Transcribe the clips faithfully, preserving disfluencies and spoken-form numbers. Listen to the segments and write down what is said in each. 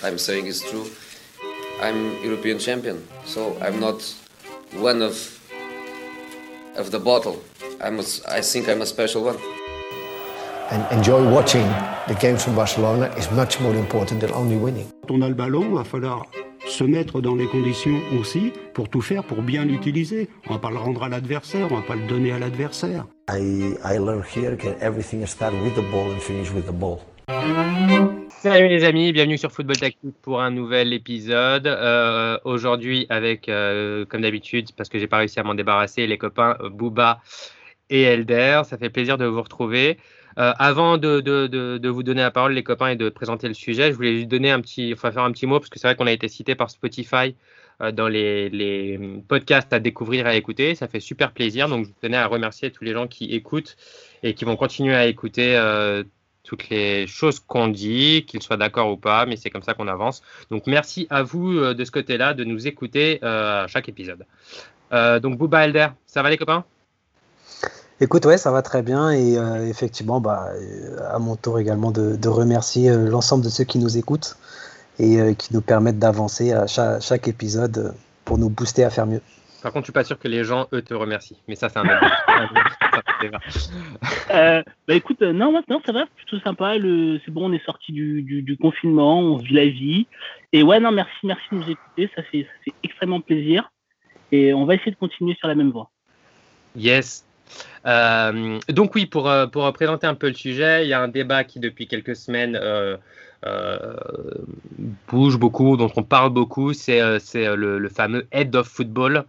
I'm saying is true. I'm European champion, so I'm not one of of the bottle. I'm a, I think I'm a special one. And enjoy watching the games from Barcelona is much more important than only winning. Quand on a le ballon, il va falloir se mettre dans les conditions aussi pour tout faire, pour bien l'utiliser. On va pas le rendre à l'adversaire, on va pas le donner à l'adversaire. I, I learned here that everything starts with the ball and finish with the ball. Salut les amis, bienvenue sur Football Tactique pour un nouvel épisode. Euh, aujourd'hui avec, euh, comme d'habitude, parce que j'ai pas réussi à m'en débarrasser, les copains Bouba et Elder. Ça fait plaisir de vous retrouver. Euh, avant de, de, de, de vous donner la parole, les copains, et de présenter le sujet, je voulais juste donner un petit, enfin faire un petit mot, parce que c'est vrai qu'on a été cité par Spotify euh, dans les, les podcasts à découvrir et à écouter. Ça fait super plaisir. Donc, je tenais à remercier tous les gens qui écoutent et qui vont continuer à écouter euh, toutes les choses qu'on dit, qu'ils soient d'accord ou pas, mais c'est comme ça qu'on avance. Donc, merci à vous euh, de ce côté-là de nous écouter euh, à chaque épisode. Euh, donc, Bouba, Elder, ça va les copains ? Écoute, ouais, ça va très bien et euh, effectivement, bah, à mon tour également de, de remercier euh, l'ensemble de ceux qui nous écoutent et euh, qui nous permettent d'avancer à chaque, chaque épisode pour nous booster à faire mieux. Par contre, je suis pas sûr que les gens, eux, te remercient. Mais ça, c'est un autre. euh, bah écoute, euh, non, non, ça va, plutôt sympa. Le, c'est bon, on est sorti du, du, du confinement, on vit la vie. Et ouais, non, merci, merci de nous écouter. Ça fait, ça fait extrêmement plaisir. Et on va essayer de continuer sur la même voie. Yes. Euh, donc oui, pour, pour présenter un peu le sujet, il y a un débat qui depuis quelques semaines euh, euh, bouge beaucoup, dont on parle beaucoup, c'est, c'est le, le fameux Head of Football,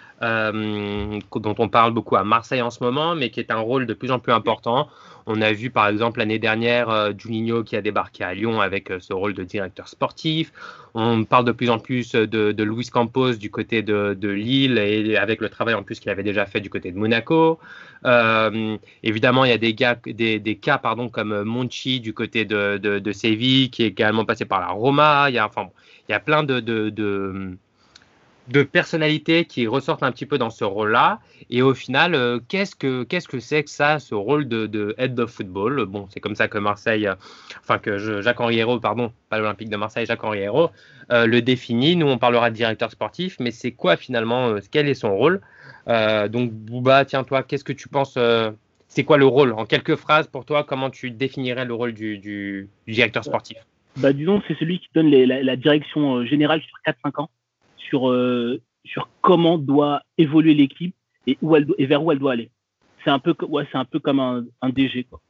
euh, dont on parle beaucoup à Marseille en ce moment, mais qui est un rôle de plus en plus important. On a vu par exemple l'année dernière euh, Juninho qui a débarqué à Lyon avec euh, ce rôle de directeur sportif. On parle de plus en plus de, de Luis Campos du côté de, de Lille et avec le travail en plus qu'il avait déjà fait du côté de Monaco. Euh, évidemment, il y a des, gars, des, des cas pardon, comme Monchi du côté de, de, de Séville qui est également passé par la Roma. Il y a, enfin, il y a plein de... de, de de personnalités qui ressortent un petit peu dans ce rôle-là. Et au final, euh, qu'est-ce que qu'est-ce que c'est que ça, ce rôle de, de head of football ? Bon, c'est comme ça que Marseille, euh, enfin que je, Jacques-Henri Hérault, pardon, pas l'Olympique de Marseille, Jacques-Henri Hérault, euh, le définit. Nous, on parlera de directeur sportif, mais c'est quoi finalement, euh, quel est son rôle ? euh, Donc, Bouba, tiens, toi, qu'est-ce que tu penses euh, c'est quoi le rôle ? En quelques phrases, pour toi, comment tu définirais le rôle du, du, du directeur sportif ? Bah, disons, c'est celui qui donne les, la, la direction euh, générale sur quatre à cinq ans. Sur, euh, sur comment doit évoluer l'équipe et, où elle, et vers où elle doit aller. C'est un peu, ouais, c'est un peu comme un, un D G, quoi.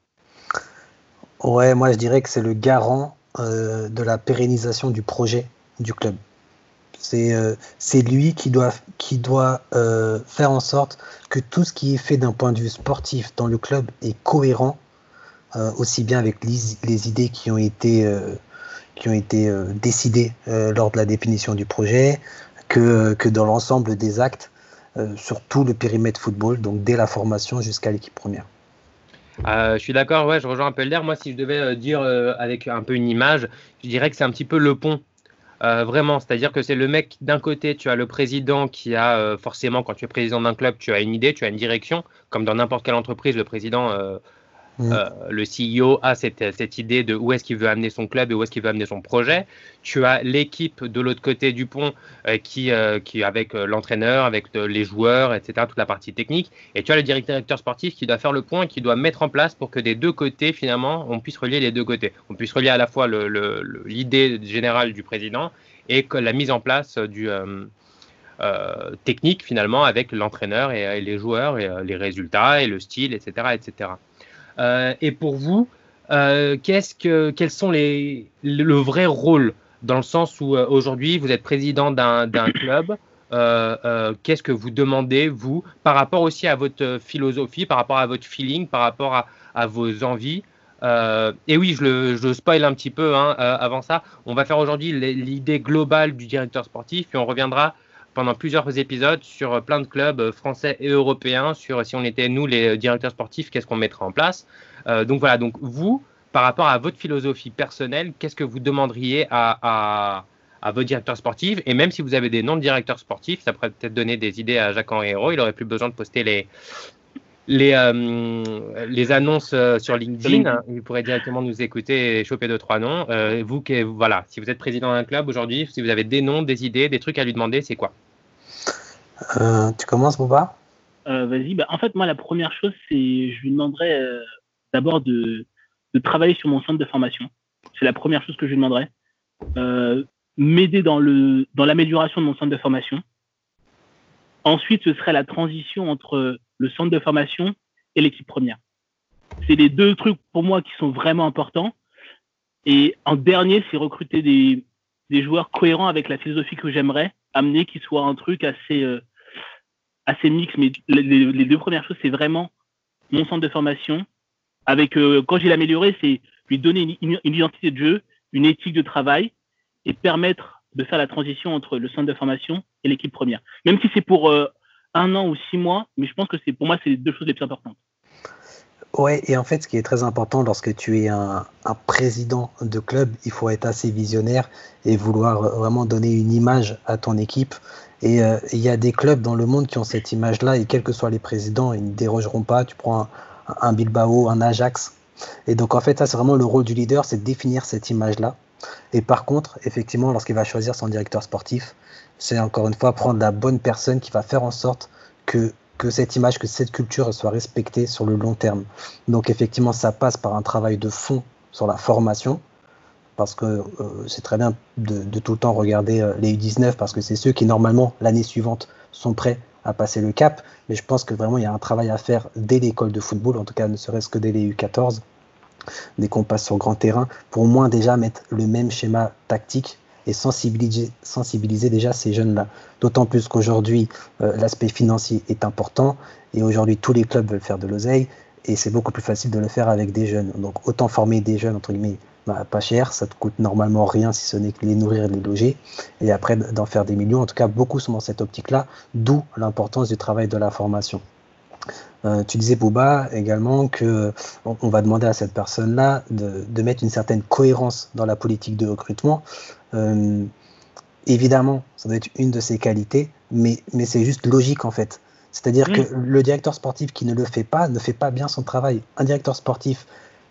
Ouais, moi je dirais que c'est le garant euh, de la pérennisation du projet du club. C'est, euh, c'est lui qui doit, qui doit euh, faire en sorte que tout ce qui est fait d'un point de vue sportif dans le club est cohérent, euh, aussi bien avec les, les idées qui ont été... Euh, qui ont été euh, décidés euh, lors de la définition du projet, que, que dans l'ensemble des actes euh, sur tout le périmètre football, donc dès la formation jusqu'à l'équipe première. Euh, je suis d'accord, ouais, je rejoins un peu Elder. Moi, si je devais euh, dire euh, avec un peu une image, je dirais que c'est un petit peu le pont. Euh, vraiment, c'est-à-dire que c'est le mec, d'un côté, tu as le président qui a euh, forcément, quand tu es président d'un club, tu as une idée, tu as une direction, comme dans n'importe quelle entreprise, le président... Euh, Mmh. Euh, le C E O a cette, cette idée de où est-ce qu'il veut amener son club et où est-ce qu'il veut amener son projet. Tu as l'équipe de l'autre côté du pont euh, qui, euh, qui avec euh, l'entraîneur, avec euh, les joueurs, et cetera, toute la partie technique. Et tu as le directeur sportif qui doit faire le point et qui doit mettre en place pour que des deux côtés, finalement, on puisse relier les deux côtés. On puisse relier à la fois le, le, le, l'idée générale du président et que la mise en place du... Euh, Euh, technique finalement avec l'entraîneur et, et les joueurs et euh, les résultats et le style, et cetera, et cetera. Euh, et pour vous, euh, qu'est-ce que, quels sont les, le, le vrai rôle dans le sens où euh, aujourd'hui vous êtes président d'un, d'un club, euh, euh, qu'est-ce que vous demandez vous par rapport aussi à votre philosophie, par rapport à votre feeling, par rapport à, à vos envies. Euh, et oui, je le, je le spoil un petit peu hein, euh, avant ça. On va faire aujourd'hui l'idée globale du directeur sportif et on reviendra pendant plusieurs épisodes sur plein de clubs français et européens, sur si on était nous les directeurs sportifs, qu'est-ce qu'on mettrait en place. Euh, donc voilà, donc vous, par rapport à votre philosophie personnelle, qu'est-ce que vous demanderiez à, à, à votre directeur sportif ? Et même si vous avez des noms de directeurs sportifs, ça pourrait peut-être donner des idées à Jacques-Henri Hérault, il n'aurait plus besoin de poster les, les, euh, les annonces euh, sur LinkedIn. Hein, vous pourrez directement nous écouter et choper deux, trois noms. Euh, vous, qui, voilà, si vous êtes président d'un club aujourd'hui, si vous avez des noms, des idées, des trucs à lui demander, c'est quoi? euh, Tu commences, Bouba? euh, Vas-y. Bah, en fait, moi, la première chose, c'est je lui demanderais euh, d'abord de, de travailler sur mon centre de formation. C'est la première chose que je lui demanderais. Euh, m'aider dans, le, dans l'amélioration de mon centre de formation. Ensuite, ce serait la transition entre le centre de formation et l'équipe première. C'est les deux trucs pour moi qui sont vraiment importants. Et en dernier, c'est recruter des, des joueurs cohérents avec la philosophie que j'aimerais amener, qui soit un truc assez, euh, assez mix. Mais les, les deux premières choses, c'est vraiment mon centre de formation. Avec, euh, quand j'ai l'amélioré, c'est lui donner une, une identité de jeu, une éthique de travail et permettre de faire la transition entre le centre de formation et l'équipe première. Même si c'est pour euh, un an ou six mois, mais je pense que c'est pour moi, c'est les deux choses les plus importantes. Ouais, et en fait, ce qui est très important lorsque tu es un, un président de club, il faut être assez visionnaire et vouloir vraiment donner une image à ton équipe. Et euh, il y a des clubs dans le monde qui ont cette image-là, et quels que soient les présidents, ils ne dérogeront pas. Tu prends un, un Bilbao, un Ajax. Et donc, en fait, ça, c'est vraiment le rôle du leader, c'est de définir cette image-là. Et par contre, effectivement, lorsqu'il va choisir son directeur sportif, c'est encore une fois prendre la bonne personne qui va faire en sorte que, que cette image, que cette culture soit respectée sur le long terme. Donc effectivement, ça passe par un travail de fond sur la formation, parce que euh, c'est très bien de, de tout le temps regarder euh, les U dix-neuf, parce que c'est ceux qui, normalement, l'année suivante, sont prêts à passer le cap. Mais je pense que vraiment, il y a un travail à faire dès l'école de football, en tout cas ne serait-ce que dès les U quatorze, dès qu'on passe sur grand terrain, pour au moins déjà mettre le même schéma tactique et sensibiliser, sensibiliser déjà ces jeunes-là. D'autant plus qu'aujourd'hui, euh, l'aspect financier est important et aujourd'hui, tous les clubs veulent faire de l'oseille et c'est beaucoup plus facile de le faire avec des jeunes. Donc, autant former des jeunes, entre guillemets, bah, pas cher, ça te coûte normalement rien si ce n'est que les nourrir et les loger et après d'en faire des millions. En tout cas, beaucoup sont dans cette optique-là, d'où l'importance du travail de la formation. Euh, tu disais, Bouba, également que on, on va demander à cette personne-là de, de mettre une certaine cohérence dans la politique de recrutement. Euh, évidemment, ça doit être une de ses qualités, mais, mais c'est juste logique en fait. C'est-à-dire mmh. que le directeur sportif qui ne le fait pas, ne fait pas bien son travail. Un directeur sportif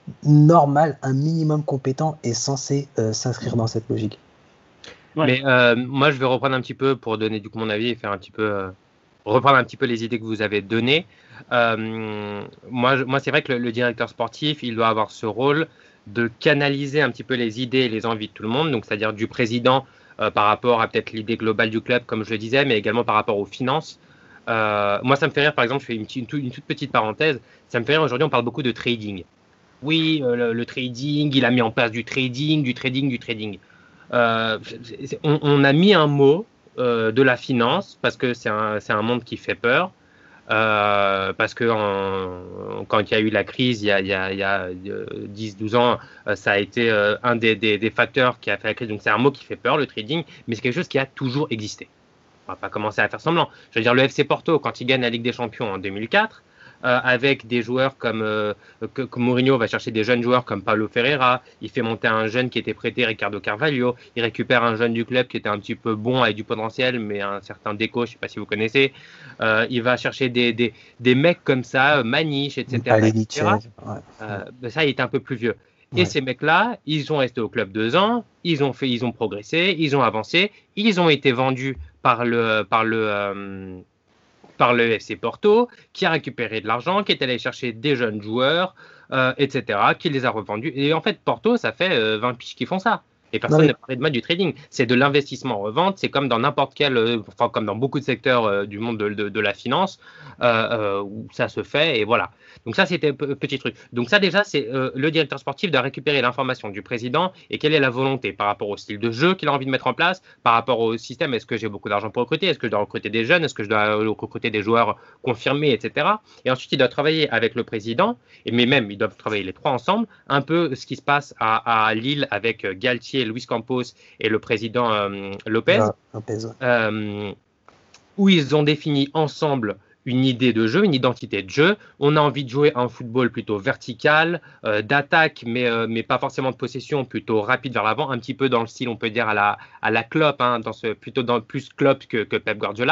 normal, un minimum compétent, est censé euh, s'inscrire dans cette logique. Ouais. Mais euh, moi, je vais reprendre un petit peu pour donner du coup mon avis et faire un petit peu... Euh... reprendre un petit peu les idées que vous avez données. Euh, moi, moi, c'est vrai que le, le directeur sportif, il doit avoir ce rôle de canaliser un petit peu les idées et les envies de tout le monde, donc c'est-à-dire du président euh, par rapport à peut-être l'idée globale du club, comme je le disais, mais également par rapport aux finances. Euh, moi, ça me fait rire, par exemple, je fais une, une, une toute petite parenthèse, ça me fait rire, aujourd'hui, on parle beaucoup de trading. Oui, euh, le, le trading, il a mis en place du trading, du trading, du trading. Euh, on, on a mis un mot Euh, de la finance, parce que c'est un, c'est un monde qui fait peur, euh, parce que en, quand il y a eu la crise, il y a, il y a, il y a dix douze ans, euh, ça a été euh, un des, des, des facteurs qui a fait la crise, donc c'est un mot qui fait peur, le trading, mais c'est quelque chose qui a toujours existé. On va pas commencer à faire semblant. Je veux dire, le F C Porto, quand il gagne la Ligue des Champions en deux mille quatre, Euh, avec des joueurs comme euh, que, que Mourinho va chercher des jeunes joueurs comme Paulo Ferreira, il fait monter un jeune qui était prêté, Ricardo Carvalho, il récupère un jeune du club qui était un petit peu bon avec du potentiel, mais un certain Deco, je ne sais pas si vous connaissez, euh, il va chercher des, des, des mecs comme ça, Maniche, et cetera. et cetera. Ouais. Euh, ça, il était un peu plus vieux. Et ouais. Ces mecs-là, ils ont resté au club deux ans, ils ont, fait, ils ont progressé, ils ont avancé, ils ont été vendus par le... Par le euh, par le F C Porto, qui a récupéré de l'argent, qui est allé chercher des jeunes joueurs, euh, et cetera, qui les a revendus. Et en fait, Porto, ça fait euh, vingt piges qui font ça. Et personne ne parle de mal du trading. C'est de l'investissement en revente. C'est comme dans n'importe quel, euh, enfin comme dans beaucoup de secteurs euh, du monde de, de, de la finance, euh, euh, où ça se fait. Et voilà. Donc ça, c'était un petit truc. Donc ça, déjà, c'est euh, le directeur sportif doit récupérer l'information du président et quelle est la volonté par rapport au style de jeu qu'il a envie de mettre en place, par rapport au système. Est-ce que j'ai beaucoup d'argent pour recruter? Est-ce que je dois recruter des jeunes? Est-ce que je dois recruter des joueurs confirmés, et cetera. Et ensuite, il doit travailler avec le président, et mais même, ils doivent travailler les trois ensemble, un peu ce qui se passe à, à Lille avec Galtier, Luis Campos et le président euh, Lopez, ah, Lopez. Euh, où ils ont défini ensemble une idée de jeu, une identité de jeu. On a envie de jouer un football plutôt vertical, euh, d'attaque, mais, euh, mais pas forcément de possession, plutôt rapide vers l'avant, un petit peu dans le style, on peut dire, à la, à la Klopp, hein, dans ce, plutôt dans plus Klopp que, que Pep Guardiola.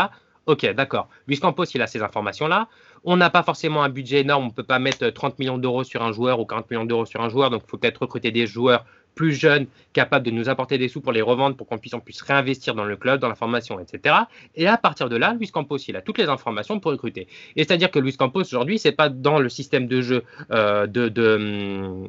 Ok, d'accord. Luis Campos, il a ces informations-là. On n'a pas forcément un budget énorme. On ne peut pas mettre trente millions d'euros sur un joueur ou quarante millions d'euros sur un joueur. Donc, il faut peut-être recruter des joueurs plus jeunes, capables de nous apporter des sous pour les revendre, pour qu'on puisse, on puisse réinvestir dans le club, dans la formation, et cetera. Et à partir de là, Luis Campos, il a toutes les informations pour recruter. Et c'est-à-dire que Luis Campos, aujourd'hui, c'est pas dans le système de jeu euh, de... de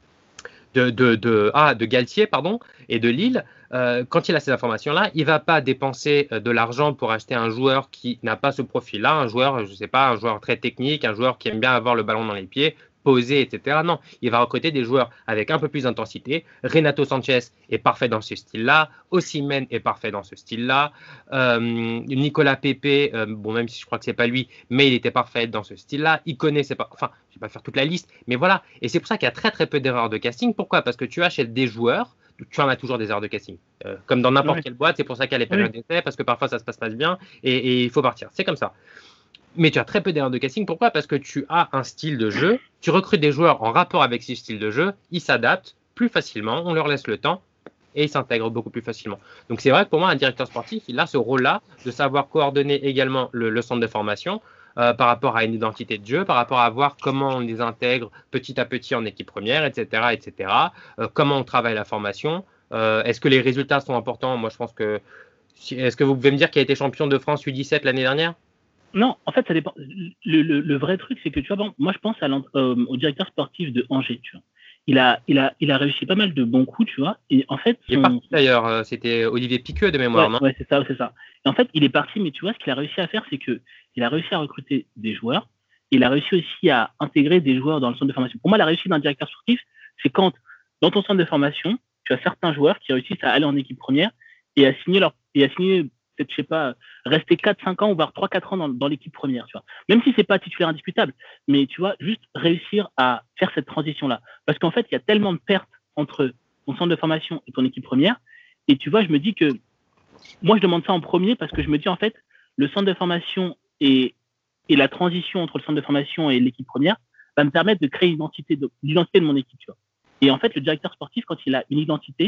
De, de, de, ah, de Galtier pardon, et de Lille, euh, quand il a ces informations-là, il ne va pas dépenser de l'argent pour acheter un joueur qui n'a pas ce profil-là, un joueur, je ne sais pas, un joueur très technique, un joueur qui aime bien avoir le ballon dans les pieds, poser, et cetera. Non, il va recruter des joueurs avec un peu plus d'intensité. Renato Sanchez est parfait dans ce style-là. Osimhen est parfait dans ce style-là. Euh, Nicolas Pepe, euh, bon, même si je crois que c'est pas lui, mais il était parfait dans ce style-là. Il connaît, c'est pas, enfin, je vais pas faire toute la liste, mais voilà. Et c'est pour ça qu'il y a très très peu d'erreurs de casting. Pourquoi ? Parce que tu achètes des joueurs. Tu en as toujours des erreurs de casting. Euh, comme dans n'importe oui. quelle boîte, c'est pour ça qu'il y a les périodes oui. d'essai, parce que parfois ça se passe pas bien et, et il faut partir. C'est comme ça. Mais tu as très peu d'erreurs de casting. Pourquoi ? Parce que tu as un style de jeu, tu recrutes des joueurs en rapport avec ce style de jeu, ils s'adaptent plus facilement, on leur laisse le temps et ils s'intègrent beaucoup plus facilement. Donc c'est vrai que pour moi, un directeur sportif, il a ce rôle-là de savoir coordonner également le, le centre de formation euh, par rapport à une identité de jeu, par rapport à voir comment on les intègre petit à petit en équipe première, et cetera, et cetera. Euh, comment on travaille la formation. Euh, est-ce que les résultats sont importants ? Moi, je pense que... Est-ce que vous pouvez me dire qui a été champion de France U dix-sept l'année dernière ? Non, en fait, ça dépend. Le, le, le vrai truc, c'est que tu vois, bon, moi, je pense à euh, au directeur sportif de Angers. Tu vois, il a, il a, il a réussi pas mal de bons coups, tu vois. Et en fait, son... il est parti d'ailleurs. C'était Olivier Piqueux de mémoire, ouais, non ? Ouais, c'est ça, c'est ça. Et en fait, il est parti, mais tu vois, ce qu'il a réussi à faire, c'est que il a réussi à recruter des joueurs. Il a réussi aussi à intégrer des joueurs dans le centre de formation. Pour moi, la réussite d'un directeur sportif, c'est quand dans ton centre de formation, tu as certains joueurs qui réussissent à aller en équipe première et à signer leur, et à signer peut-être, je sais pas, rester quatre cinq ans ou voire trois quatre ans dans, dans l'équipe première, tu vois. Même si c'est pas titulaire indiscutable, mais tu vois, juste réussir à faire cette transition-là. Parce qu'en fait, il y a tellement de pertes entre ton centre de formation et ton équipe première. Et tu vois, je me dis que, moi, je demande ça en premier parce que je me dis, en fait, le centre de formation et, et la transition entre le centre de formation et l'équipe première va me permettre de créer une identité de, l'identité de mon équipe, tu vois. Et en fait, le directeur sportif, quand il a une identité,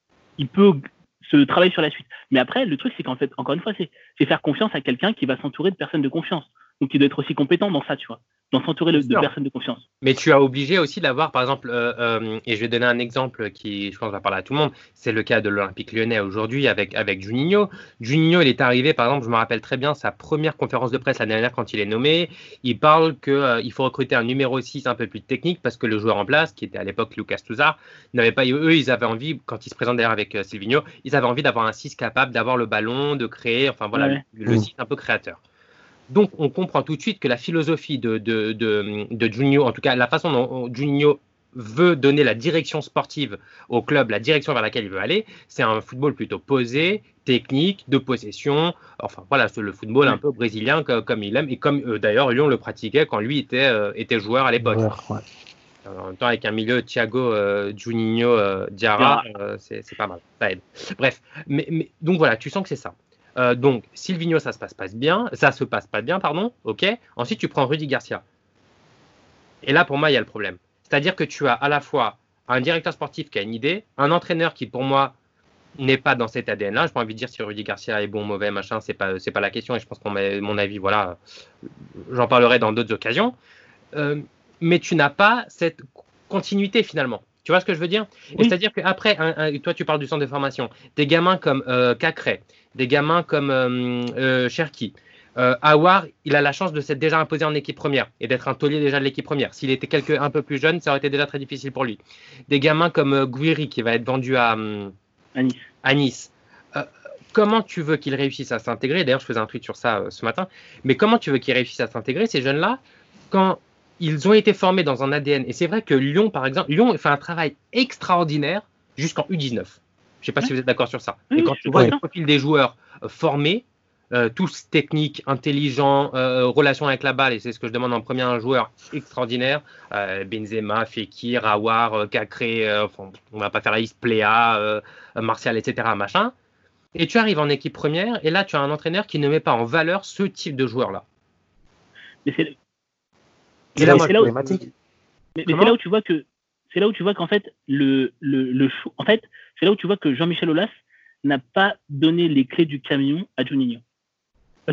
il peut se travailler sur la suite. Mais après, le truc, c'est qu'en fait, encore une fois, c'est, c'est faire confiance à quelqu'un qui va s'entourer de personnes de confiance. Donc, il doit être aussi compétent dans ça, tu vois, dans s'entourer de, de personnes de confiance. Mais tu as obligé aussi d'avoir, par exemple, euh, euh, et je vais donner un exemple qui, je pense, va parler à tout le monde, c'est le cas de l'Olympique Lyonnais aujourd'hui avec, avec Juninho. Juninho, il est arrivé, par exemple, je me rappelle très bien sa première conférence de presse l'année dernière quand il est nommé. Il parle qu'il euh, faut recruter un numéro six un peu plus technique parce que le joueur en place, qui était à l'époque Lucas Touzard, n'avait pas, eux, ils avaient envie, quand ils se présentent d'ailleurs avec euh, Silvinho, ils avaient envie d'avoir un six capable d'avoir le ballon, de créer, enfin voilà, ouais. le, le six un peu créateur. Donc, on comprend tout de suite que la philosophie de, de, de, de Juninho, en tout cas la façon dont Juninho veut donner la direction sportive au club, la direction vers laquelle il veut aller, c'est un football plutôt posé, technique, de possession. Enfin, voilà, c'est le football ouais. un peu brésilien comme, comme il aime et comme euh, d'ailleurs Lyon le pratiquait quand lui était, euh, était joueur à l'époque. Ouais, ouais. En même temps, avec un milieu Thiago, euh, Juninho, euh, Diarra, euh, c'est, c'est pas mal. Ça aide. Bref, mais, mais, donc voilà, tu sens que c'est ça. Euh, donc, Silvinho, ça se passe pas bien, ça se passe pas bien, pardon, ok. Ensuite, tu prends Rudy Garcia. Et là, pour moi, il y a le problème. C'est-à-dire que tu as à la fois un directeur sportif qui a une idée, un entraîneur qui, pour moi, n'est pas dans cet A D N-là. Je n'ai pas envie de dire si Rudy Garcia est bon, mauvais, machin, c'est pas, c'est pas la question. Et je pense qu'on met mon avis, voilà, j'en parlerai dans d'autres occasions. Euh, mais tu n'as pas cette continuité finalement. Tu vois ce que je veux dire ? Oui. C'est-à-dire qu'après, un, un, toi tu parles du centre de formation, des gamins comme euh, Cacré, des gamins comme euh, euh, Cherki, euh, Aouar, il a la chance de s'être déjà imposé en équipe première et d'être un taulier déjà de l'équipe première. S'il était quelque, un peu plus jeune, ça aurait été déjà très difficile pour lui. Des gamins comme euh, Gouiri qui va être vendu à, euh, à Nice. À nice. Euh, comment tu veux qu'ils réussissent à s'intégrer ? D'ailleurs, je faisais un tweet sur ça euh, ce matin. Mais comment tu veux qu'ils réussissent à s'intégrer, ces jeunes-là, quand ils ont été formés dans un A D N. Et c'est vrai que Lyon, par exemple, Lyon fait un travail extraordinaire jusqu'en U dix-neuf. Je ne sais pas ouais. si vous êtes d'accord sur ça. Oui, et quand tu vois le profil des joueurs euh, formés, euh, tous techniques, intelligents, euh, relation avec la balle, et c'est ce que je demande en premier à un joueur extraordinaire, euh, Benzema, Fekir, Aouar, euh, Cacré, euh, enfin, on ne va pas faire la liste, Pléa, euh, Martial, et cetera, machin. Et tu arrives en équipe première, et là, tu as un entraîneur qui ne met pas en valeur ce type de joueur-là. Mais c'est... C'est là, c'est, là où, mais, mais c'est là où tu vois que c'est là où tu vois qu'en fait le le le chou, en fait c'est là où tu vois que Jean-Michel Aulas n'a pas donné les clés du camion à Juninho. Parce que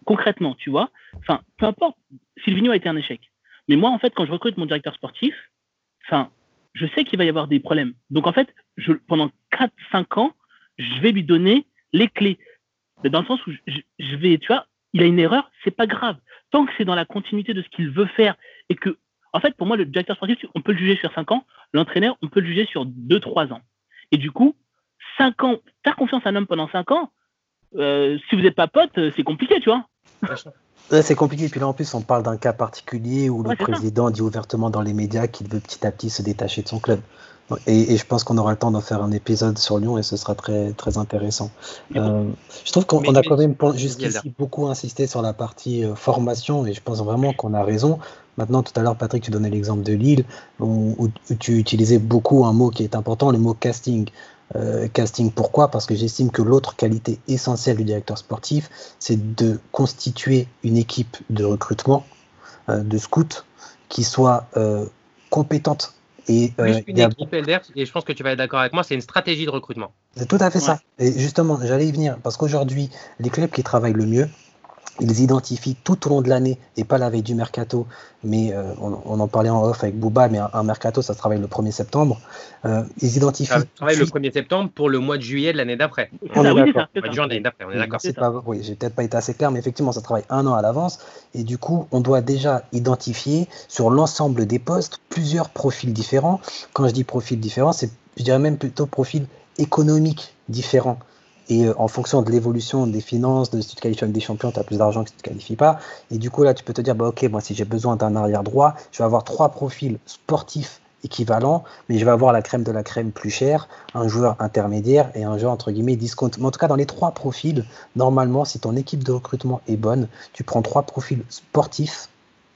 concrètement, tu vois. Enfin, peu importe, Silvino a été un échec. Mais moi, en fait, quand je recrute mon directeur sportif, enfin, je sais qu'il va y avoir des problèmes. Donc, en fait, je, pendant quatre cinq ans, je vais lui donner les clés. Dans le sens où je, je vais, tu vois, il a une erreur, c'est pas grave. Tant que c'est dans la continuité de ce qu'il veut faire et que, en fait, pour moi, le directeur sportif, on peut le juger sur cinq ans. L'entraîneur, on peut le juger sur deux trois ans. Et du coup, cinq ans, faire confiance à un homme pendant cinq ans, euh, si vous n'êtes pas pote, c'est compliqué, tu vois. Ouais, c'est compliqué. Puis là, en plus, on parle d'un cas particulier où Ouais, le président ça. dit ouvertement dans les médias qu'il veut petit à petit se détacher de son club. Et, et je pense qu'on aura le temps d'en faire un épisode sur Lyon et ce sera très, très intéressant. Euh, je trouve qu'on on a quand même jusqu'ici beaucoup insisté sur la partie euh, formation et je pense vraiment qu'on a raison. Maintenant, tout à l'heure, Patrick, tu donnais l'exemple de Lille où, où tu utilisais beaucoup un mot qui est important, le mot casting. Euh, casting, pourquoi ? Parce que j'estime que l'autre qualité essentielle du directeur sportif, c'est de constituer une équipe de recrutement, euh, de scouts, qui soit euh, compétente. Et, Plus euh, qu'une équipe L D R, et je pense que tu vas être d'accord avec moi, c'est une stratégie de recrutement. C'est tout à fait ouais. ça. Et justement, j'allais y venir, parce qu'aujourd'hui, les clubs qui travaillent le mieux, ils identifient tout au long de l'année, et pas la veille du mercato, mais euh, on, on en parlait en off avec Bouba, mais un, un mercato, ça se travaille le premier septembre. Euh, ils identifient. Ça se travaille le premier septembre pour le mois de juillet de l'année d'après. On ça, est oui, d'accord. ça, Le mois de juin de l'année d'après, on est d'accord. C'est pas, oui, j'ai peut-être pas été assez clair, mais effectivement, ça travaille un an à l'avance. Et du coup, on doit déjà identifier sur l'ensemble des postes plusieurs profils différents. Quand je dis profils différents, c'est, je dirais même plutôt profils économiques différents. Et euh, en fonction de l'évolution des finances, de si tu te qualifies avec des champions, tu as plus d'argent que si tu ne te qualifies pas. Et du coup, là, tu peux te dire, bah, ok, moi, si j'ai besoin d'un arrière droit, je vais avoir trois profils sportifs équivalents, mais je vais avoir la crème de la crème plus chère, un joueur intermédiaire et un joueur, entre guillemets, discount. Mais en tout cas, dans les trois profils, normalement, si ton équipe de recrutement est bonne, tu prends trois profils sportifs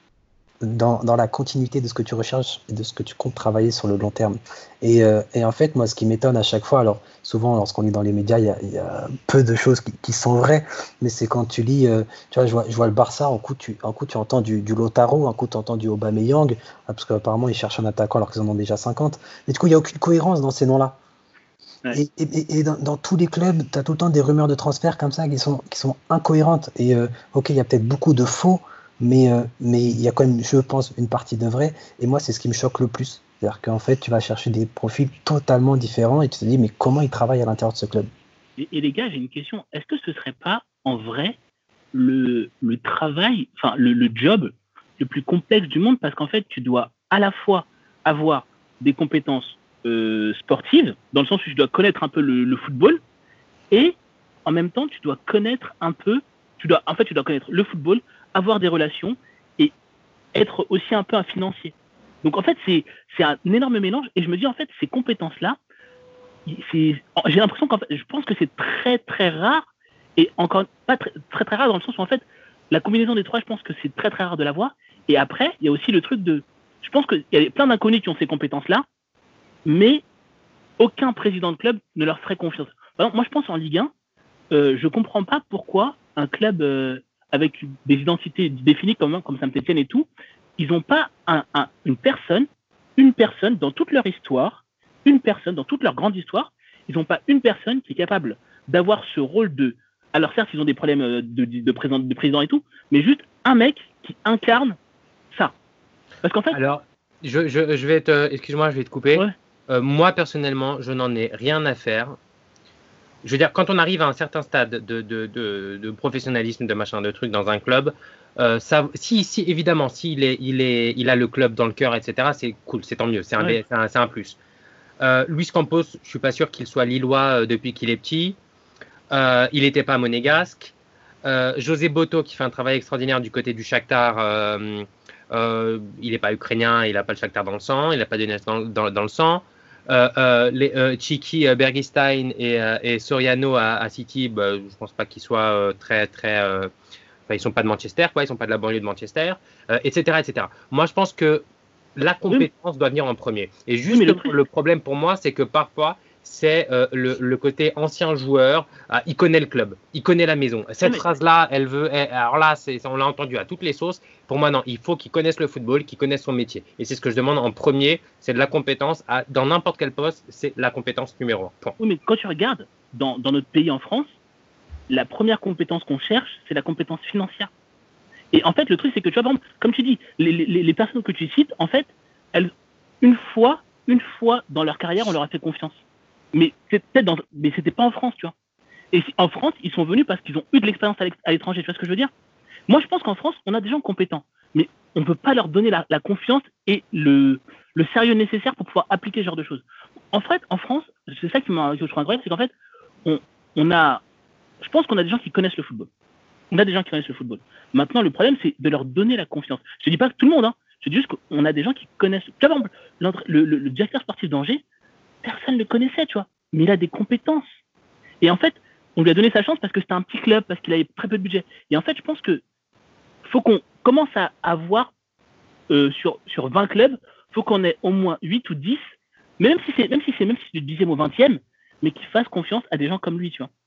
dans, dans la continuité de ce que tu recherches et de ce que tu comptes travailler sur le long terme. Et, euh, et en fait, moi, ce qui m'étonne à chaque fois, alors souvent, lorsqu'on lit dans les médias, il y a, il y a peu de choses qui, qui sont vraies, mais c'est quand tu lis, euh, tu vois, je vois, je vois le Barça, un coup, tu, un coup, tu entends du, du Lautaro, un coup, tu entends du Aubameyang, parce qu'apparemment, ils cherchent un attaquant alors qu'ils en ont déjà cinquante. Mais du coup, il n'y a aucune cohérence dans ces noms-là. Ouais. Et, et, et dans, dans tous les clubs, tu as tout le temps des rumeurs de transfert comme ça qui sont, qui sont incohérentes. Et euh, ok, il y a peut-être beaucoup de faux, mais euh, mais il y a quand même, je pense, une partie de vrai. Et moi, c'est ce qui me choque le plus. C'est-à-dire qu'en fait, tu vas chercher des profils totalement différents et tu te dis, mais comment ils travaillent à l'intérieur de ce club ? Et, et les gars, j'ai une question. Est-ce que ce serait pas, en vrai, le, le travail, enfin, le, le job le plus complexe du monde ? Parce qu'en fait, tu dois à la fois avoir des compétences euh, sportives, dans le sens où tu dois connaître un peu le, le football, et en même temps, tu dois connaître un peu, tu dois, en fait, tu dois connaître le football, avoir des relations et être aussi un peu un financier. Donc en fait, c'est, c'est un énorme mélange et je me dis en fait, ces compétences-là, c'est, j'ai l'impression qu'en fait, je pense que c'est très très rare et encore pas très très, très rare dans le sens où en fait, la combinaison des trois, je pense que c'est très très rare de l'avoir. Et après, il y a aussi le truc de, je pense qu'il y a plein d'inconnus qui ont ces compétences-là, mais aucun président de club ne leur ferait confiance. Par exemple, moi je pense en Ligue un, euh, je comprends pas pourquoi un club euh, avec des identités définies comme, comme Saint-Etienne et tout, ils n'ont pas un, un, une personne, une personne dans toute leur histoire, une personne dans toute leur grande histoire, ils n'ont pas une personne qui est capable d'avoir ce rôle de... Alors certes, ils ont des problèmes de, de, de, président, de président et tout, mais juste un mec qui incarne ça. Parce qu'en fait... Alors, je, je, je vais te... Excuse-moi, je vais te couper. Ouais. Euh, moi, personnellement, je n'en ai rien à faire. Je veux dire, quand on arrive à un certain stade de, de, de, de professionnalisme, de machin, de trucs dans un club, euh, ça, si, si, évidemment, s'il est, il est, il a le club dans le cœur, et cetera, c'est cool, c'est tant mieux, c'est un, ouais. c'est un, c'est un plus. Euh, Luis Campos, je suis pas sûr qu'il soit lillois euh, depuis qu'il est petit. Euh, il n'était pas monégasque. Euh, José Boto, qui fait un travail extraordinaire du côté du Shakhtar, euh, euh, il n'est pas ukrainien, il n'a pas le Shakhtar dans le sang, il n'a pas de naissance dans, dans, dans le sang. Euh, euh, les, euh, Chiki, euh, Bergestein et, euh, et Soriano à, à City, bah, je pense pas qu'ils soient euh, très très, euh, enfin, ils sont pas de Manchester, quoi, ils sont pas de la banlieue de Manchester, euh, et cetera, et cetera. Moi, je pense que la compétence oui. doit venir en premier. Et juste oui, le, le problème pour moi, c'est que parfois c'est euh, le, le côté ancien joueur, ah, il connaît le club, il connaît la maison. Cette oui, phrase-là, elle veut, elle, alors là, c'est, on l'a entendu à toutes les sauces. Pour moi, non, il faut qu'il connaisse le football, qu'il connaisse son métier. Et c'est ce que je demande en premier, c'est de la compétence. À, dans n'importe quel poste, c'est la compétence numéro un. Point. Oui, mais quand tu regardes, dans, dans notre pays en France, la première compétence qu'on cherche, c'est la compétence financière. Et en fait, le truc, c'est que tu vois, par exemple, comme tu dis, les, les, les personnes que tu cites, en fait, elles, une fois, une fois dans leur carrière, on leur a fait confiance. Mais c'était dans, mais c'était pas en France, tu vois. Et en France, ils sont venus parce qu'ils ont eu de l'expérience à l'étranger. Tu vois ce que je veux dire? Moi, je pense qu'en France, on a des gens compétents, mais on ne peut pas leur donner la, la confiance et le, le sérieux nécessaire pour pouvoir appliquer ce genre de choses. En fait, en France, c'est ça qui m'a, que je trouve incroyable, c'est qu'en fait, on, on a, je pense qu'on a des gens qui connaissent le football. On a des gens qui connaissent le football. Maintenant, le problème, c'est de leur donner la confiance. Je ne dis pas que tout le monde, hein. Je dis juste qu'on a des gens qui connaissent. Par exemple, le, le, le directeur sportif d'Angers, personne ne le connaissait, tu vois. Mais il a des compétences. Et en fait, on lui a donné sa chance parce que c'était un petit club, parce qu'il avait très peu de budget. Et en fait, je pense que faut qu'on commence à avoir euh, sur, sur vingt clubs, il faut qu'on ait au moins huit ou dix, même si c'est même si c'est même si c'est du dixième au vingtième, mais qui fassent confiance à des gens comme lui, tu vois.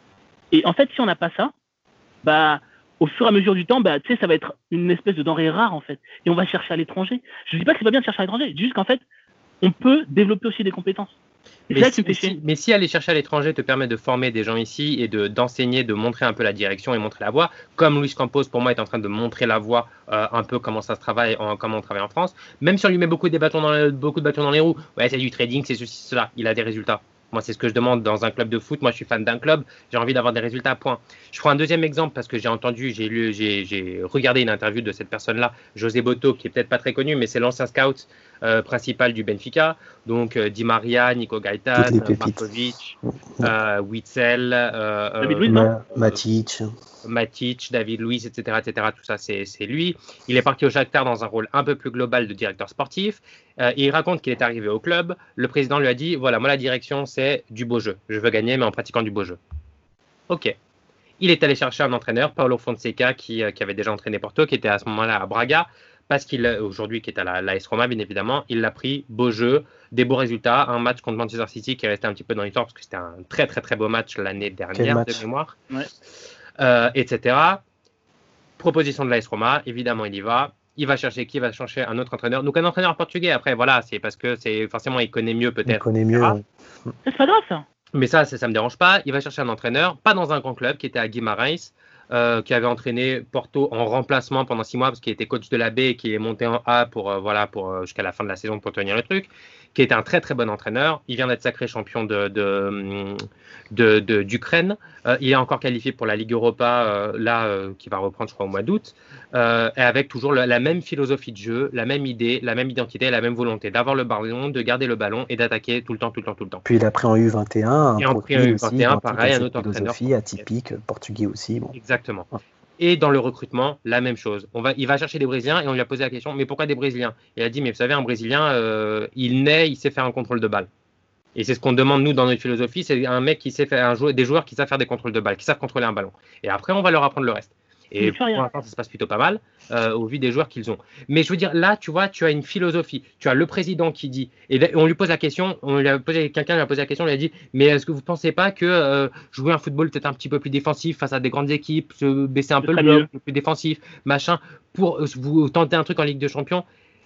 Et en fait, si on n'a pas ça, bah au fur et à mesure du temps, bah tu sais, ça va être une espèce de denrée rare en fait. Et on va chercher à l'étranger. Je ne dis pas que c'est pas bien de chercher à l'étranger, je dis juste qu'en fait, on peut développer aussi des compétences. Mais si, mais, si, mais si aller chercher à l'étranger te permet de former des gens ici et de, d'enseigner, de montrer un peu la direction et montrer la voie, comme Luis Campos pour moi est en train de montrer la voie, euh, un peu comment ça se travaille, en, comment on travaille en France, même si on lui met beaucoup de bâtons dans, le, beaucoup de bâtons dans les roues, ouais c'est du trading, c'est ceci, cela, il a des résultats. Moi, c'est ce que je demande dans un club de foot. Moi, je suis fan d'un club. J'ai envie d'avoir des résultats, point. Je prends un deuxième exemple parce que j'ai entendu, j'ai lu, j'ai, j'ai regardé une interview de cette personne-là, José Boto, qui est peut-être pas très connu, mais c'est l'ancien scout euh, principal du Benfica. Donc, euh, Di Maria, Nico Gaetan, Markovic, euh, Witzel, euh, David Luiz, euh, Matic. Matic, David Luiz, et cetera, et cetera. Tout ça, c'est, c'est lui. Il est parti au Shakhtar dans un rôle un peu plus global de directeur sportif. Euh, il raconte qu'il est arrivé au club. Le président lui a dit, voilà, moi la direction, c'est du beau jeu. Je veux gagner, mais en pratiquant du beau jeu. Ok. Il est allé chercher un entraîneur, Paulo Fonseca, qui, euh, qui avait déjà entraîné Porto, qui était à ce moment-là à Braga, parce qu'il, aujourd'hui, qui est à la, l'A S Roma, bien évidemment. Il l'a pris, beau jeu, des beaux résultats. Un match contre Manchester City qui est resté un petit peu dans l'histoire, parce que c'était un très, très, très beau match l'année dernière, de mémoire. Ouais. Euh, et cetera. Proposition de l'A S Roma, évidemment il y va. Il va chercher qui? Il va chercher un autre entraîneur. Donc un entraîneur portugais. Après voilà, c'est parce que c'est forcément il connaît mieux peut-être. Il connaît mieux. Ouais. C'est pas grave ça. Mais ça, ça, ça me dérange pas. Il va chercher un entraîneur, pas dans un grand club, qui était à Guimarães, euh, qui avait entraîné Porto en remplacement pendant six mois parce qu'il était coach de la B et qui est monté en A pour euh, voilà pour euh, jusqu'à la fin de la saison pour tenir le truc. Qui était un très très bon entraîneur. Il vient d'être sacré champion de, de, de, de, d'Ukraine. Euh, il est encore qualifié pour la Ligue Europa, euh, là, euh, qui va reprendre, je crois, au mois d'août. Euh, et avec toujours le, la même philosophie de jeu, la même idée, la même identité, la même volonté d'avoir le ballon, de garder le ballon et d'attaquer tout le temps, tout le temps, tout le temps. Puis il a pris en U vingt et un. Et en pris en U vingt et un, pareil, un autre entraîneur. Atypique, portugais aussi. Bon. Exactement. Ouais. Et dans le recrutement, la même chose. On va, il va chercher des Brésiliens et on lui a posé la question, mais pourquoi des Brésiliens? Il a dit, mais vous savez, un Brésilien, euh, il naît, il sait faire un contrôle de balle. Et c'est ce qu'on demande, nous, dans notre philosophie, c'est un mec qui sait faire un joueur, des joueurs qui savent faire des contrôles de balle, qui savent contrôler un ballon. Et après, on va leur apprendre le reste. Et pour l'instant, ça se passe plutôt pas mal euh, au vu des joueurs qu'ils ont. Mais je veux dire, là, tu vois, tu as une philosophie. Tu as le président qui dit, et on lui pose la question, on lui a posé, quelqu'un lui a posé la question, on lui a dit, mais est-ce que vous ne pensez pas que euh, jouer un football peut-être un petit peu plus défensif face à des grandes équipes, se baisser un peu le bloc, plus défensif, machin, pour vous tenter un truc en Ligue des Champions?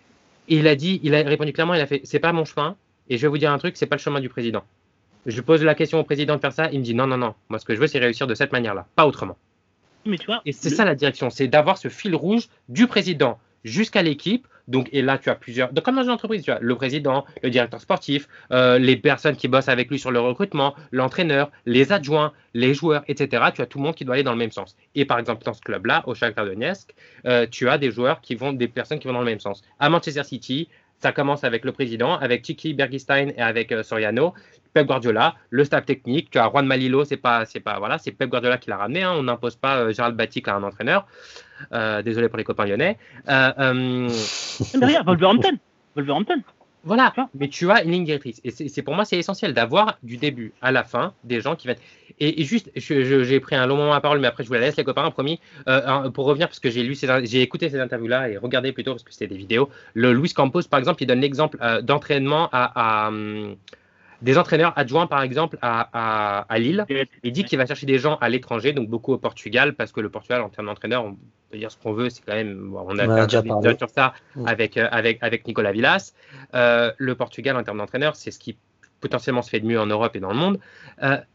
Et il a dit, il a répondu clairement, il a fait, c'est pas mon chemin, et je vais vous dire un truc, c'est pas le chemin du président. Je pose la question au président de faire ça, il me dit, non, non, non, moi ce que je veux, c'est réussir de cette manière-là, pas autrement. Mais tu vois, et c'est le... ça la direction, c'est d'avoir ce fil rouge du président jusqu'à l'équipe. Donc, et là, tu as plusieurs. Donc, comme dans une entreprise, tu as le président, le directeur sportif, euh, les personnes qui bossent avec lui sur le recrutement, l'entraîneur, les adjoints, les joueurs, et cetera. Tu as tout le monde qui doit aller dans le même sens. Et par exemple, dans ce club-là, au Shakhtar Donetsk, euh, tu as des joueurs qui vont, des personnes qui vont dans le même sens. À Manchester City, ça commence avec le président, avec Txiki Bergwijn et avec euh, Soriano. Pep Guardiola, le staff technique, tu as Juan Malilo, c'est pas, c'est pas, voilà, c'est Pep Guardiola qui l'a ramené, hein, on n'impose pas euh, Gérald Batic à un entraîneur, euh, désolé pour les copains lyonnais. Euh, euh... Mais regarde, Wolverhampton, Wolverhampton. Voilà, mais tu as une ligne directrice, et c'est, c'est pour moi c'est essentiel d'avoir du début à la fin des gens qui viennent. Et, et juste, je, je, j'ai pris un long moment à parole, mais après je vous la laisse les copains, promis, euh, pour revenir parce que j'ai lu, ces, j'ai écouté ces interviews-là et regardé plutôt parce que c'était des vidéos. Le Luis Campos, par exemple, il donne l'exemple euh, d'entraînement à, à des entraîneurs adjoints, par exemple, à, à, à Lille. Il dit qu'il va chercher des gens à l'étranger, donc beaucoup au Portugal, parce que le Portugal, en termes d'entraîneur, on peut dire ce qu'on veut, c'est quand même. Bon, on a on fait a un épisode sur ça mmh. avec, euh, avec, avec Nicolas Villas. Euh, le Portugal, en termes d'entraîneur, c'est ce qui potentiellement se fait de mieux en Europe et dans le monde. Euh,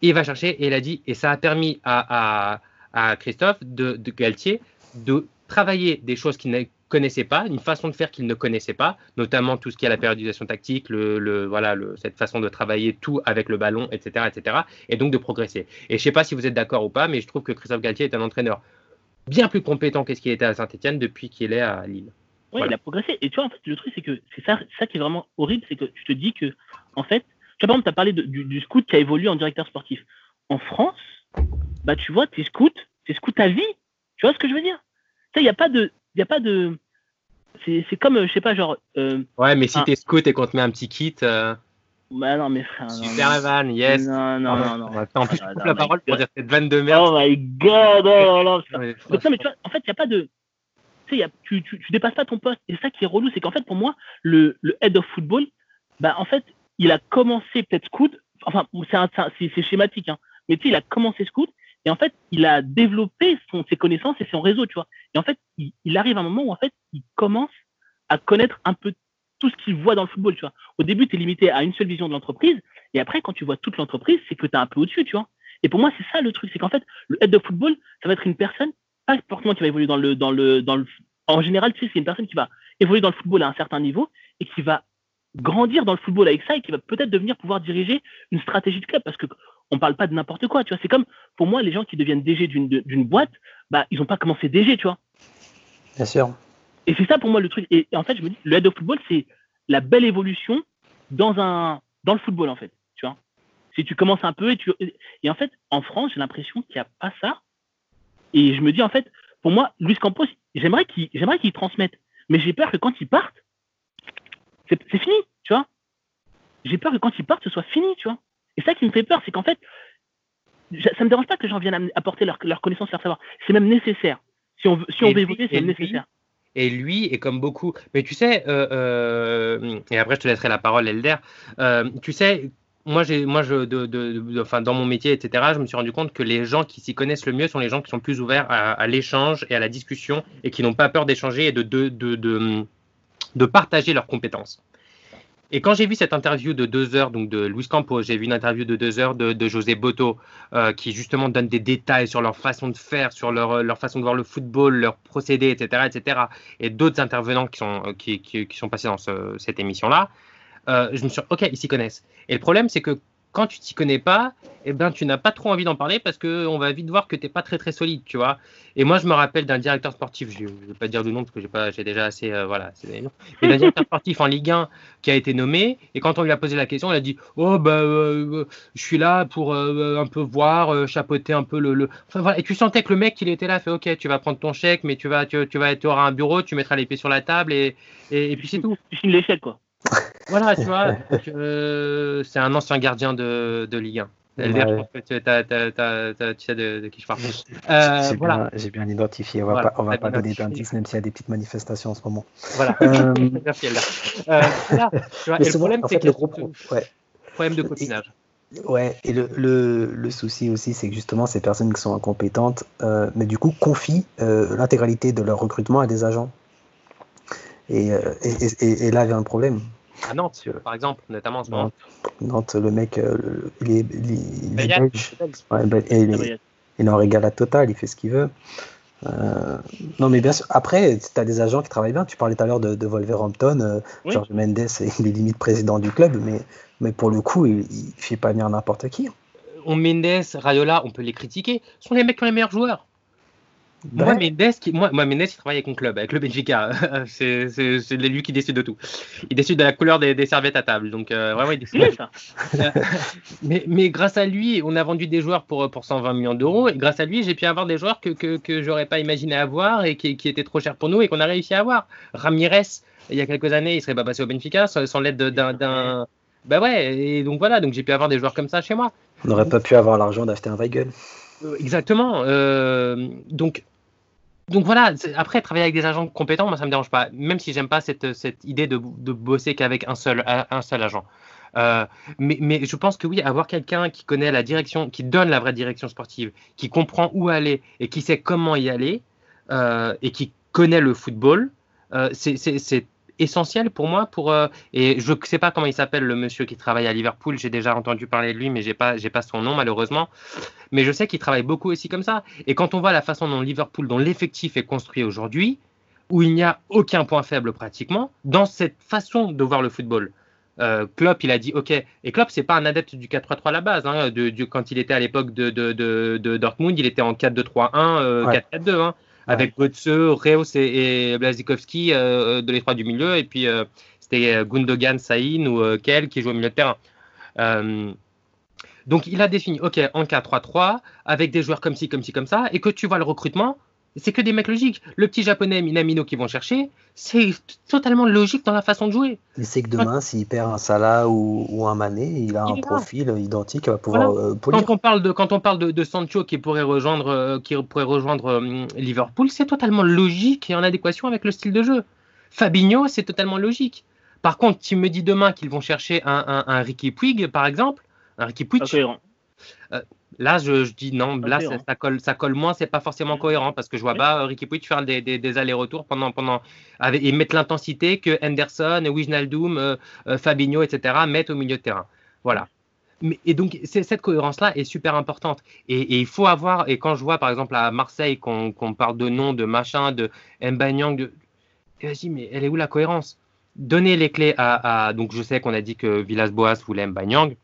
Et il va chercher et il a dit, et ça a permis à, à, à Christophe de, de Galtier de travailler des choses qu'il ne connaissait pas, une façon de faire qu'il ne connaissait pas, notamment tout ce qui est la périodisation tactique, le, le, voilà, le, cette façon de travailler tout avec le ballon, et cetera, et cetera, et donc de progresser. Et je ne sais pas si vous êtes d'accord ou pas, mais je trouve que Christophe Galtier est un entraîneur bien plus compétent que ce qu'il était à Saint-Etienne depuis qu'il est à Lille. Oui, Voilà. il a progressé. Et tu vois, en fait, le truc, c'est que c'est ça, c'est ça qui est vraiment horrible, c'est que tu te dis que, en fait, tu vois, par exemple, tu as parlé de, du, du scout qui a évolué en directeur sportif. En France, bah, tu vois, tu es scout, tu es scout à vie. Tu vois ce que je veux dire? Tu sais, il n'y a pas de. Y a pas de... C'est, c'est comme, je sais pas, genre. Euh, Ouais, mais si un... t'es scout et qu'on te met un petit kit. Euh... Bah non, mais frère. Super la vanne, yes. Non, non, non, non. Ouais, en plus, je Ah, coupe non, la my parole God. pour dire cette vanne de merde. Oh my god, oh là là. Ouais, Donc, non, mais tu vois, en fait, il n'y a pas de. Tu sais, y a, tu, tu, tu dépasses pas ton poste. Et ça qui est relou, c'est qu'en fait, pour moi, le, le head of football, bah, en fait, il a commencé peut-être scout. Enfin, c'est, un, c'est, c'est schématique, hein. Mais tu sais, il a commencé scout. Et en fait, il a développé son, ses connaissances et son réseau, tu vois. Et en fait, il, il arrive à un moment où, en fait, il commence à connaître un peu tout ce qu'il voit dans le football, tu vois. Au début, tu es limité à une seule vision de l'entreprise. Et après, quand tu vois toute l'entreprise, c'est que tu es un peu au-dessus, tu vois. Et pour moi, c'est ça le truc. C'est qu'en fait, le head of football, ça va être une personne, pas forcément qui va évoluer dans le, dans le, dans le, en général, tu sais, c'est une personne qui va évoluer dans le football à un certain niveau et qui va grandir dans le football avec ça et qui va peut-être devenir pouvoir diriger une stratégie de club parce que on parle pas de n'importe quoi, tu vois. C'est comme, pour moi, les gens qui deviennent D G d'une, d'une boîte, bah, ils ont pas commencé D G, tu vois. Bien sûr. Et c'est ça pour moi le truc. Et, et en fait, je me dis, le head of football, c'est la belle évolution dans un, dans le football, en fait, tu vois. Si tu commences un peu et tu, et en fait, en France, j'ai l'impression qu'il n'y a pas ça. Et je me dis, en fait, pour moi, Luis Campos, j'aimerais qu'il, j'aimerais qu'il transmette. Mais j'ai peur que quand il parte, c'est, c'est fini, tu vois. J'ai peur que quand il parte, ce soit fini, tu vois. Et ça qui me fait peur, c'est qu'en fait, ça me dérange pas que les gens viennent apporter leur, leur connaissance, leur savoir. C'est même nécessaire. Si on veut, si on veut évoluer, c'est même nécessaire. Et lui, et comme beaucoup, mais tu sais, euh, euh, et après je te laisserai la parole, Elder, euh, tu sais, moi, j'ai, moi je, de, de, de, enfin, dans mon métier, et cetera, je me suis rendu compte que les gens qui s'y connaissent le mieux sont les gens qui sont plus ouverts à, à l'échange et à la discussion et qui n'ont pas peur d'échanger et de, de, de, de, de partager leurs compétences. Et quand j'ai vu cette interview de deux heures, donc de Luis Campos, j'ai vu une interview de deux heures de, de José Boto, euh, qui justement donne des détails sur leur façon de faire, sur leur, leur façon de voir le football, leur procédé, et cetera, et cetera. Et d'autres intervenants qui sont, qui, qui, qui sont passés dans ce, cette émission-là, euh, je me suis dit, ok, ils s'y connaissent. Et le problème, c'est que quand tu t'y connais pas, eh ben, tu n'as pas trop envie d'en parler parce qu'on va vite voir que tu n'es pas très très solide, tu vois. Et moi, je me rappelle d'un directeur sportif, je ne vais pas dire de nom parce que j'ai, pas, j'ai déjà assez, euh, voilà, c'est des noms, mais d'un directeur sportif en Ligue un qui a été nommé, et quand on lui a posé la question, il a dit « Oh, bah, euh, je suis là pour euh, un peu voir, euh, chapeauter un peu le… le... » Enfin, voilà. Et tu sentais que le mec, il était là, fait « Ok, tu vas prendre ton chèque, mais tu vas, tu, tu vas, tu auras un bureau, tu mettras les pieds sur la table, et, et, et puis c'est tout. » Tu signes l'échec, quoi. Voilà, tu vois, donc, euh, c'est un ancien gardien de, de Ligue un. Elder, ouais. Je pense que tu, t'as, t'as, t'as, t'as, tu sais de, de qui je parle. Euh, j'ai, voilà. bien, j'ai bien identifié. On va voilà, pas, on va pas donner d'indices, même s'il y a des petites manifestations en ce moment. Voilà. Euh... Merci, Elder. Euh, voilà, tu vois, et le problème, en c'est fait, que le gros pro... ouais. problème de copinage. Et, ouais, et le, le, le souci aussi, c'est que justement, ces personnes qui sont incompétentes, euh, mais du coup, confient euh, l'intégralité de leur recrutement à des agents. Et, euh, et, et, et là vient le problème. À Nantes, par exemple, notamment en ce moment. Nantes, le mec, euh, il est, il est, il est belge. Ouais, ben, il, est, il est en régal à total, il fait ce qu'il veut. Euh, non, mais bien sûr, après, tu as des agents qui travaillent bien. Tu parlais tout à l'heure de, de Wolverhampton. Euh, oui. George Mendes, il est limite président du club, mais, mais pour le coup, il ne fait pas venir n'importe qui. On Mendes, Raiola, on peut les critiquer. Ce sont les mecs qui ont les meilleurs joueurs. Ben. Moi, Mendes, qui, moi, moi, Mendes, il travaille avec mon club, avec le Benfica. c'est, c'est, c'est lui qui décide de tout. Il décide de la couleur des, des serviettes à table. Donc, euh, vraiment, il décide de ça. mais, mais grâce à lui, on a vendu des joueurs pour, pour cent vingt millions d'euros. Et grâce à lui, j'ai pu avoir des joueurs que, que, que je n'aurais pas imaginé avoir et qui, qui étaient trop chers pour nous et qu'on a réussi à avoir. Ramirez, il y a quelques années, il ne serait pas passé au Benfica sans, sans l'aide d'un, d'un. Bah ouais, et donc voilà, donc j'ai pu avoir des joueurs comme ça chez moi. On n'aurait pas pu avoir l'argent d'acheter un Weigl. Exactement. Euh, donc. Donc voilà, après, travailler avec des agents compétents, moi, ça ne me dérange pas, même si j'aime pas cette, cette idée de, de bosser qu'avec un seul, un seul agent. Euh, mais, mais je pense que oui, avoir quelqu'un qui connaît la direction, qui donne la vraie direction sportive, qui comprend où aller et qui sait comment y aller, euh, et qui connaît le football, euh, c'est, c'est, c'est essentiel pour moi. Pour, euh, et je ne sais pas comment il s'appelle, le monsieur qui travaille à Liverpool. J'ai déjà entendu parler de lui, mais je n'ai pas, j'ai pas son nom, malheureusement. Mais je sais qu'il travaille beaucoup aussi comme ça. Et quand on voit la façon dont Liverpool, dont l'effectif est construit aujourd'hui, où il n'y a aucun point faible pratiquement, dans cette façon de voir le football. Euh, Klopp, il a dit OK. Et Klopp, c'est pas un adepte du quatre trois trois à la base. Hein, de, de, quand il était à l'époque de, de, de, de Dortmund, il était en quatre deux trois un, euh, ouais. quatre quatre deux, hein, ouais. Avec Götze, Reus et, et Błaszczykowski euh, de les trois du milieu. Et puis, euh, c'était Gundogan, Sahin ou euh, Kell qui jouait au milieu de terrain. Euh, donc, il a défini OK en quatre trois trois avec des joueurs comme ci, comme ci, comme ça. Et que tu vois le recrutement, c'est que des mecs logiques. Le petit japonais Minamino qu'ils vont chercher, c'est totalement logique dans la façon de jouer. Il sait que demain, s'il perd un Salah ou, ou un Mané, il a il un profil là. identique, il va pouvoir voilà. euh, polir. Quand on parle de quand on parle de, de Sancho qui pourrait rejoindre euh, qui pourrait rejoindre euh, Liverpool, c'est totalement logique et en adéquation avec le style de jeu. Fabinho, c'est totalement logique. Par contre, tu me dis demain qu'ils vont chercher un, un, un Ricky Puig, par exemple, un Ricky Puig. Okay. Euh, Là, je, je dis non, là, ça, ça, colle, ça colle moins, c'est pas forcément cohérent parce que je vois oui. pas Ricky Puig faire des, des, des allers-retours pendant, pendant, avec, et mettre l'intensité que Henderson, Wijnaldum, euh, euh, Fabinho, et cetera mettent au milieu de terrain. Voilà. Mais, et donc, c'est, cette cohérence-là est super importante. Et, et il faut avoir, et quand je vois par exemple à Marseille qu'on, qu'on parle de nom, de machin, de Mbanyang, de... vas-y, mais elle est où la cohérence? Donner les clés à, à. Donc, je sais qu'on a dit que Villas-Boas voulait Mbanyang.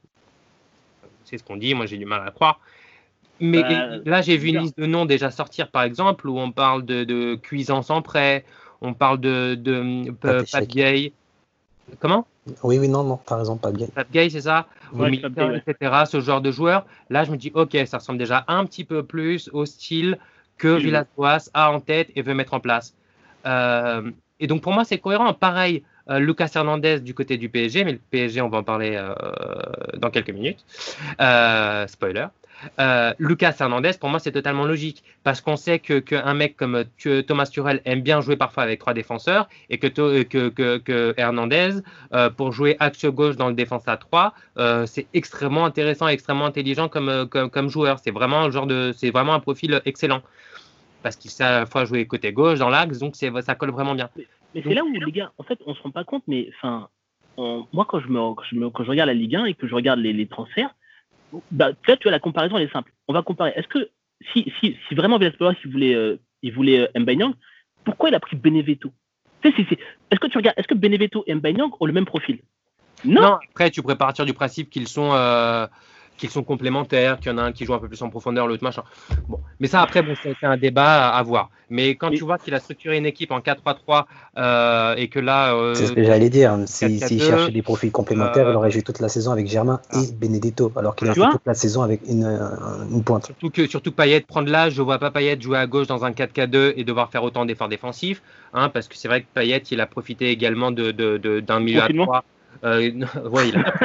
C'est ce qu'on dit, moi j'ai du mal à croire. Mais bah, là, j'ai vu une liste de noms déjà sortir, par exemple, où on parle de, de Cuisance en prêt, on parle de, de euh, Pape Gay. Comment? Oui, oui, non, non, par exemple, Pape Gay. Pape Gay, c'est ça, ouais, militaire, ouais. et cetera. Ce genre de joueur. Là, je me dis, ok, ça ressemble déjà un petit peu plus au style que oui. Villas-Boas a en tête et veut mettre en place. Euh, et donc, pour moi, c'est cohérent. Pareil. Euh, Lucas Hernandez du côté du P S G, mais le P S G, on va en parler euh, dans quelques minutes. Euh, spoiler. Euh, Lucas Hernandez, pour moi, c'est totalement logique parce qu'on sait que qu'un mec comme que Thomas Tuchel aime bien jouer parfois avec trois défenseurs et que, to, que, que, que Hernandez, euh, pour jouer axe gauche dans le défense à trois, euh, c'est extrêmement intéressant, extrêmement intelligent comme, comme, comme joueur. C'est vraiment, genre de, c'est vraiment un profil excellent parce qu'il sait à la fois jouer côté gauche dans l'axe, donc c'est, ça colle vraiment bien. Mais c'est là où, les gars, en fait, on se rend pas compte, mais enfin, moi, quand je, me, quand, je me, quand je regarde la Ligue un et que je regarde les, les transferts, bah, peut-être, tu vois, la comparaison, elle est simple. On va comparer. Est-ce que, si, si, si vraiment Villas-Boas, il voulait, euh, il voulait euh, Mbanyang, pourquoi il a pris Benevento? c'est, c'est, c'est, Est-ce que tu regardes, est-ce que Benevento et Mbanyang ont le même profil? Non. Non, après, tu pourrais partir du principe qu'ils sont... Euh... qu'ils sont complémentaires, qu'il y en a un qui joue un peu plus en profondeur, l'autre machin. Bon, mais ça après, bon, c'est, c'est un débat à, à voir. Mais quand mais... tu vois qu'il a structuré une équipe en quatre trois trois euh, et que là, euh, c'est ce que j'allais dire. S'il si, si cherchait des profils complémentaires, euh, il aurait joué toute la saison avec Germain ah. et Benedetto, alors qu'il a joué toute la saison avec une, une pointe. Surtout que surtout Payet prendre l'âge, je vois pas Payet jouer à gauche dans un quatre quatre deux et devoir faire autant d'efforts défensifs, hein, parce que c'est vrai que Payet, il a profité également de, de, de d'un milieu à trois. Euh, ouais, il a...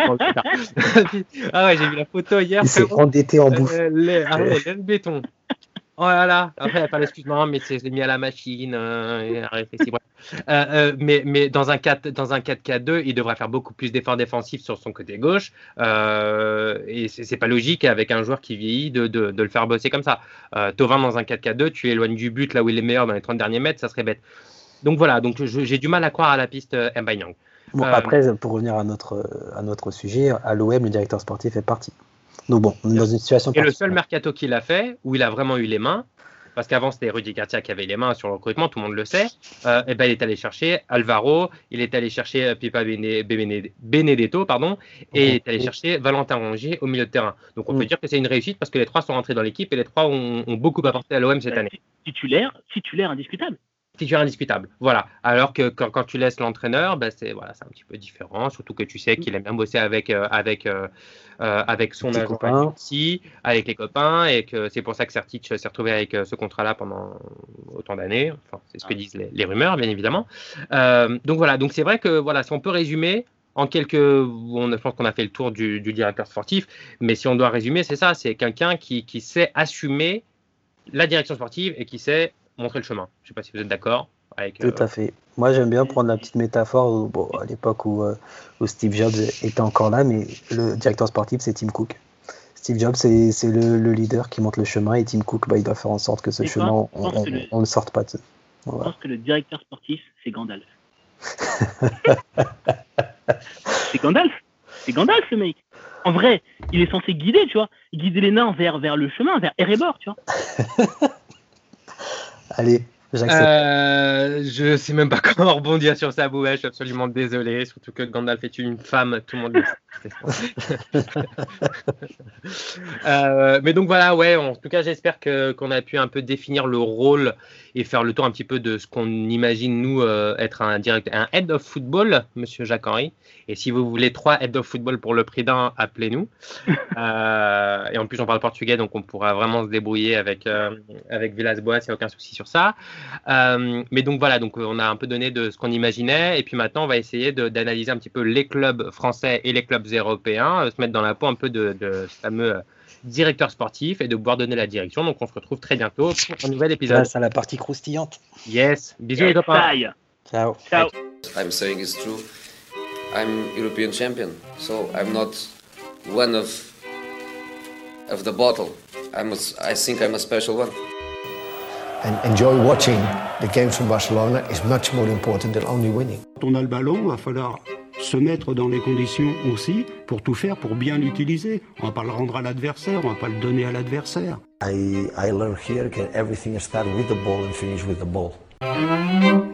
ah ouais, j'ai vu la photo hier. Il s'est endetté en bouffe. Euh, les... Ah ouais, le béton. Oh là là. Après, il n'y a pas l'excuse-moi, mais c'est mis à la machine. Euh, réfléchi, ouais. euh, euh, mais, mais dans un quatre quatre deux, il devrait faire beaucoup plus d'efforts défensifs sur son côté gauche. Euh, et c'est, c'est pas logique avec un joueur qui vieillit de, de, de le faire bosser comme ça. Euh, Thauvin dans un quatre quatre deux, tu éloignes du but là où il est meilleur dans les trente derniers mètres, ça serait bête. Donc voilà, donc je, j'ai du mal à croire à la piste euh, Mbanyang. Bon, euh, après, pour revenir à notre, à notre sujet, à l'O M, le directeur sportif est parti. Donc bon, on est dans une situation... Et le seul mercato qu'il a fait, où il a vraiment eu les mains, parce qu'avant c'était Rudy Garcia qui avait les mains sur le recrutement, tout le monde le sait, euh, et ben, il est allé chercher Alvaro, il est allé chercher Pipa Benedetto, pardon, et il est allé chercher Valentin Rongier au milieu de terrain. Donc on mmh. peut dire que c'est une réussite parce que les trois sont rentrés dans l'équipe et les trois ont, ont beaucoup apporté à l'O M cette année. Titulaire, titulaire indiscutable. Titulaire indiscutable, voilà. Alors que quand, quand tu laisses l'entraîneur, ben c'est voilà, c'est un petit peu différent. Surtout que tu sais qu'il aime bien bosser avec euh, avec euh, avec son agent ici, avec les copains, et que c'est pour ça que Sertic s'est retrouvé avec euh, ce contrat-là pendant autant d'années. Enfin, c'est ce que disent les, les rumeurs, bien évidemment. Euh, donc voilà, donc c'est vrai que voilà, si on peut résumer en quelques, on, je pense qu'on a fait le tour du, du directeur sportif, mais si on doit résumer, c'est ça, c'est quelqu'un qui qui sait assumer la direction sportive et qui sait montrer le chemin. Je ne sais pas si vous êtes d'accord avec... Tout euh... à fait. Moi, j'aime bien prendre la petite métaphore où, bon, à l'époque où, euh, où Steve Jobs était encore là, mais le directeur sportif, c'est Tim Cook. Steve Jobs, c'est, c'est le, le leader qui montre le chemin, et Tim Cook, bah, il doit faire en sorte que ce et chemin, on, on, le... on ne sorte pas de... Voilà. Je pense que le directeur sportif, c'est Gandalf. C'est Gandalf. C'est Gandalf, ce mec. En vrai, il est censé guider, tu vois. Guider les nains vers, vers le chemin, vers Erebor, tu vois. Allez, j'accepte. Euh, je sais même pas comment rebondir sur ça, Bouba. Je suis absolument désolé. Surtout que Gandalf est une femme, tout le monde le sait. euh, mais donc voilà, ouais. En tout cas, j'espère que qu'on a pu un peu définir le rôle et faire le tour un petit peu de ce qu'on imagine nous euh, être un direct, un head of football, Monsieur Jacques-Henri. Et si vous voulez trois head of football pour le prix d'un, appelez-nous. euh, et en plus, on parle portugais, donc on pourra vraiment se débrouiller avec euh, avec Villas-Boas. Il n'y a aucun souci sur ça. Euh, mais donc voilà, donc on a un peu donné de ce qu'on imaginait. Et puis maintenant, on va essayer de, d'analyser un petit peu les clubs français et les clubs européens, euh, se mettre dans la peau un peu de, de ce fameux directeur sportif et de pouvoir donner la direction. Donc on se retrouve très bientôt pour un nouvel épisode. Grâce à la partie croustillante. Yes, bisous les copains. Bye. Ciao. Ciao. I'm saying is true. I'm European champion, so I'm not one of of the bottle. I'm a, I think I'm a special one. And enjoy watching the games from Barcelona is much more important than only winning. Quand on a le ballon, il va falloir se mettre dans les conditions aussi pour tout faire, pour bien l'utiliser. On va pas le rendre à l'adversaire, on va pas le donner à l'adversaire. I, I learned here that everything starts with the ball and finish with the ball.